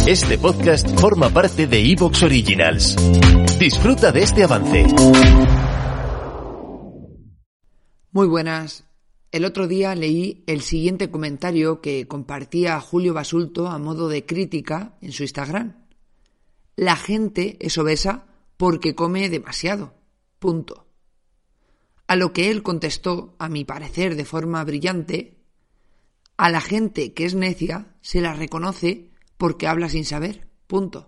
Este podcast forma parte de Evox Originals. Disfruta de este avance. Muy buenas. El otro día leí el siguiente comentario que compartía Julio Basulto a modo de crítica en su Instagram. La gente es obesa porque come demasiado. Punto. A lo que él contestó, a mi parecer de forma brillante: a la gente que es necia se la reconoce porque habla sin saber. Punto.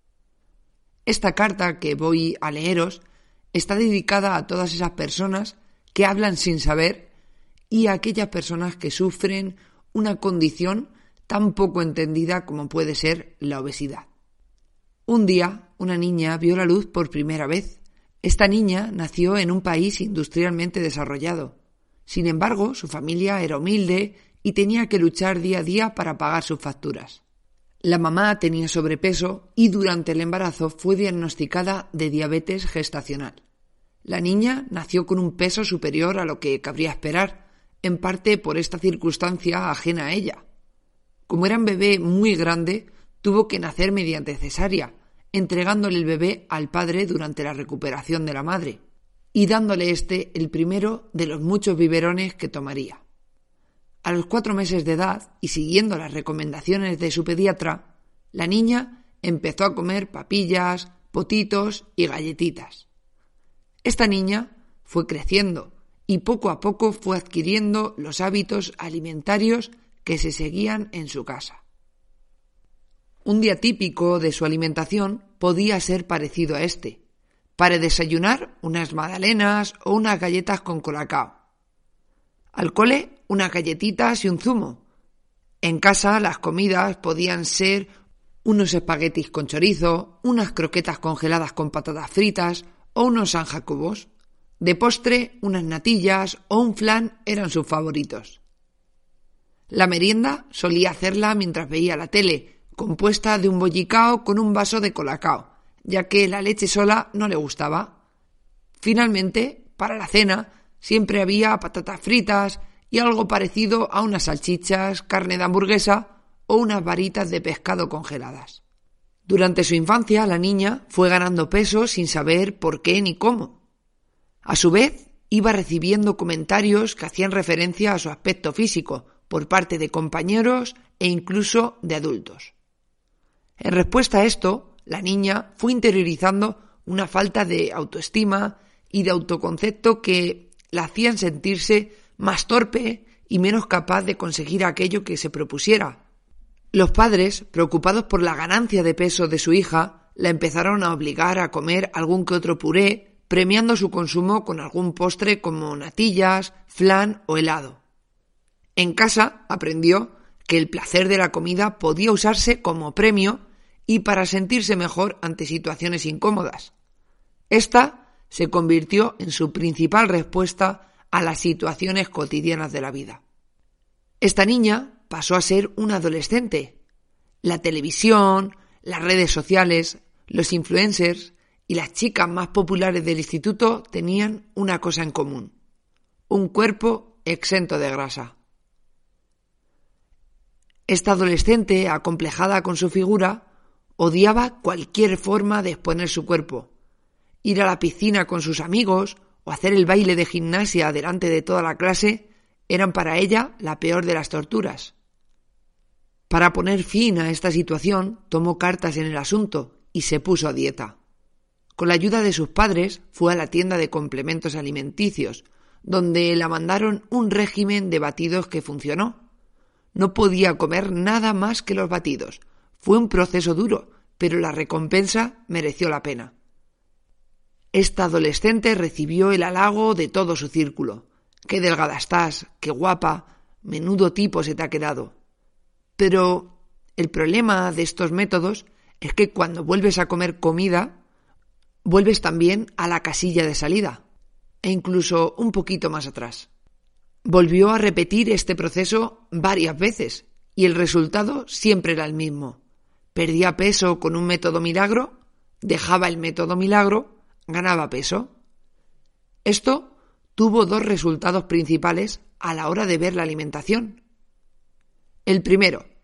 Esta carta que voy a leeros está dedicada a todas esas personas que hablan sin saber y a aquellas personas que sufren una condición tan poco entendida como puede ser la obesidad. Un día, una niña vio la luz por primera vez. Esta niña nació en un país industrialmente desarrollado. Sin embargo, su familia era humilde y tenía que luchar día a día para pagar sus facturas. La mamá tenía sobrepeso y durante el embarazo fue diagnosticada de diabetes gestacional. La niña nació con un peso superior a lo que cabría esperar, en parte por esta circunstancia ajena a ella. Como era un bebé muy grande, tuvo que nacer mediante cesárea, entregándole el bebé al padre durante la recuperación de la madre y dándole el primero de los muchos biberones que tomaría. A los 4 meses de edad, y siguiendo las recomendaciones de su pediatra, la niña empezó a comer papillas, potitos y galletitas. Esta niña fue creciendo y poco a poco fue adquiriendo los hábitos alimentarios que se seguían en su casa. Un día típico de su alimentación podía ser parecido a este. Para desayunar, unas magdalenas o unas galletas con colacao. Al cole, unas galletitas y un zumo. En casa, las comidas podían ser unos espaguetis con chorizo, unas croquetas congeladas con patatas fritas o unos sanjacubos. De postre, unas natillas o un flan eran sus favoritos. La merienda solía hacerla mientras veía la tele, compuesta de un bollicao con un vaso de colacao, ya que la leche sola no le gustaba. Finalmente, para la cena, siempre había patatas fritas y algo parecido a unas salchichas, carne de hamburguesa o unas varitas de pescado congeladas. Durante su infancia, la niña fue ganando peso sin saber por qué ni cómo. A su vez, iba recibiendo comentarios que hacían referencia a su aspecto físico por parte de compañeros e incluso de adultos. En respuesta a esto, la niña fue interiorizando una falta de autoestima y de autoconcepto que la hacían sentirse más torpe y menos capaz de conseguir aquello que se propusiera. Los padres, preocupados por la ganancia de peso de su hija, la empezaron a obligar a comer algún que otro puré, premiando su consumo con algún postre como natillas, flan o helado. En casa aprendió que el placer de la comida podía usarse como premio y para sentirse mejor ante situaciones incómodas. Esta se convirtió en su principal respuesta a las situaciones cotidianas de la vida. Esta niña pasó a ser una adolescente. La televisión, las redes sociales, los influencers y las chicas más populares del instituto tenían una cosa en común: un cuerpo exento de grasa. Esta adolescente, acomplejada con su figura, odiaba cualquier forma de exponer su cuerpo. Ir a la piscina con sus amigos o hacer el baile de gimnasia delante de toda la clase eran para ella la peor de las torturas. Para poner fin a esta situación, tomó cartas en el asunto y se puso a dieta. Con la ayuda de sus padres, fue a la tienda de complementos alimenticios, donde la mandaron un régimen de batidos que funcionó. No podía comer nada más que los batidos. Fue un proceso duro, pero la recompensa mereció la pena. Esta adolescente recibió el halago de todo su círculo. ¡Qué delgada estás! ¡Qué guapa! ¡Menudo tipo se te ha quedado! Pero el problema de estos métodos es que cuando vuelves a comer comida, vuelves también a la casilla de salida, e incluso un poquito más atrás. Volvió a repetir este proceso varias veces, y el resultado siempre era el mismo. Perdía peso con un método milagro, dejaba el método milagro, ganaba peso. Esto tuvo 2 resultados principales a la hora de ver la alimentación. El primero,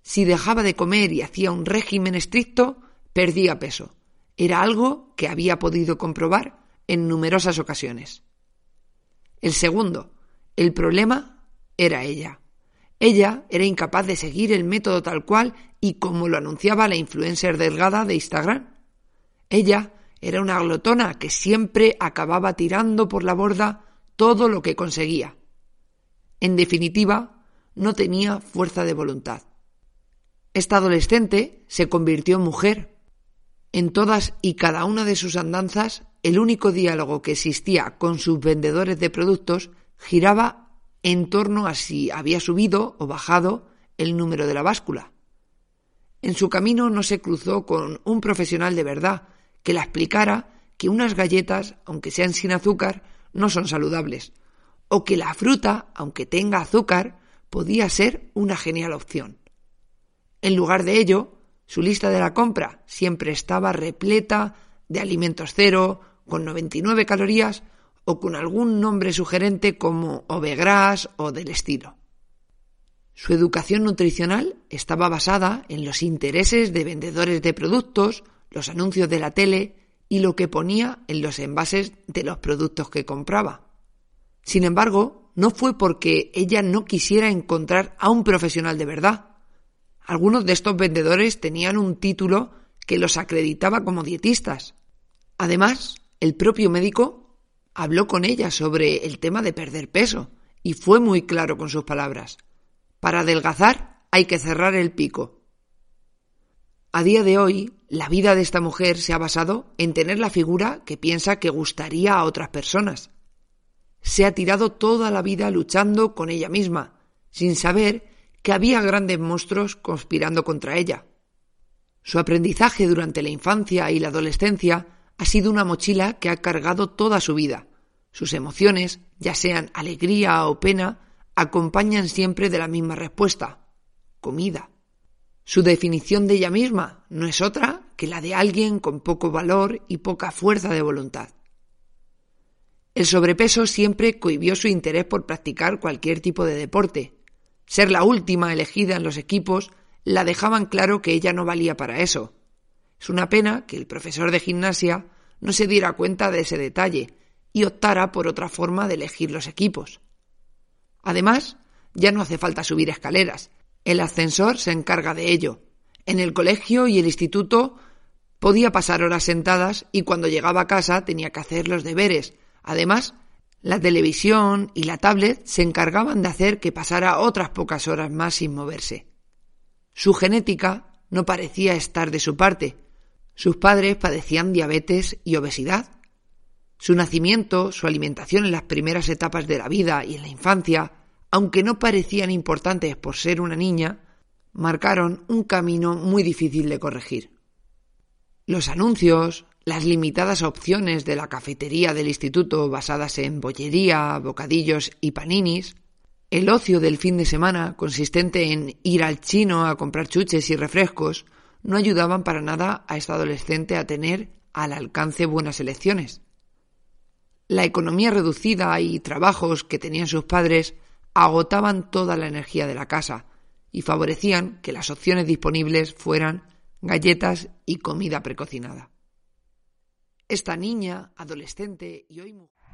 Si dejaba de comer y hacía un régimen estricto, perdía peso. Era algo que había podido comprobar en numerosas ocasiones. El segundo, el problema era ella. Ella era incapaz de seguir el método tal cual y como lo anunciaba la influencer delgada de Instagram. Ella era una glotona que siempre acababa tirando por la borda todo lo que conseguía. En definitiva, no tenía fuerza de voluntad. Esta adolescente se convirtió en mujer. En todas y cada una de sus andanzas, el único diálogo que existía con sus vendedores de productos giraba en torno a si había subido o bajado el número de la báscula. En su camino no se cruzó con un profesional de verdad que la explicara que unas galletas, aunque sean sin azúcar, no son saludables, o que la fruta, aunque tenga azúcar, podía ser una genial opción. En lugar de ello, su lista de la compra siempre estaba repleta de alimentos cero, con 99 calorías o con algún nombre sugerente como Ovegras o del estilo. Su educación nutricional estaba basada en los intereses de vendedores de productos, los anuncios de la tele y lo que ponía en los envases de los productos que compraba. Sin embargo, no fue porque ella no quisiera encontrar a un profesional de verdad. Algunos de estos vendedores tenían un título que los acreditaba como dietistas. Además, el propio médico habló con ella sobre el tema de perder peso y fue muy claro con sus palabras. Para adelgazar hay que cerrar el pico. A día de hoy, la vida de esta mujer se ha basado en tener la figura que piensa que gustaría a otras personas. Se ha tirado toda la vida luchando con ella misma, sin saber que había grandes monstruos conspirando contra ella. Su aprendizaje durante la infancia y la adolescencia ha sido una mochila que ha cargado toda su vida. Sus emociones, ya sean alegría o pena, acompañan siempre de la misma respuesta: comida. Su definición de ella misma no es otra que la de alguien con poco valor y poca fuerza de voluntad. El sobrepeso siempre cohibió su interés por practicar cualquier tipo de deporte. Ser la última elegida en los equipos la dejaban claro que ella no valía para eso. Es una pena que el profesor de gimnasia no se diera cuenta de ese detalle y optara por otra forma de elegir los equipos. Además, ya no hace falta subir escaleras. El ascensor se encarga de ello. En el colegio y el instituto podía pasar horas sentadas y cuando llegaba a casa tenía que hacer los deberes. Además, la televisión y la tablet se encargaban de hacer que pasara otras pocas horas más sin moverse. Su genética no parecía estar de su parte. Sus padres padecían diabetes y obesidad. Su nacimiento, su alimentación en las primeras etapas de la vida y en la infancia, aunque no parecían importantes por ser una niña, marcaron un camino muy difícil de corregir. Los anuncios, las limitadas opciones de la cafetería del instituto basadas en bollería, bocadillos y paninis, el ocio del fin de semana consistente en ir al chino a comprar chuches y refrescos, no ayudaban para nada a esta adolescente a tener al alcance buenas elecciones. La economía reducida y trabajos que tenían sus padres agotaban toda la energía de la casa y favorecían que las opciones disponibles fueran galletas y comida precocinada. Esta niña, adolescente y hoy mujer...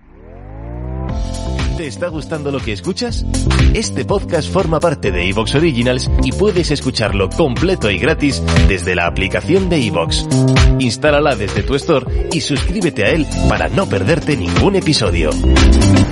¿Te está gustando lo que escuchas? Este podcast forma parte de iVoox Originals y puedes escucharlo completo y gratis desde la aplicación de iVoox. Instálala desde tu store y suscríbete a él para no perderte ningún episodio.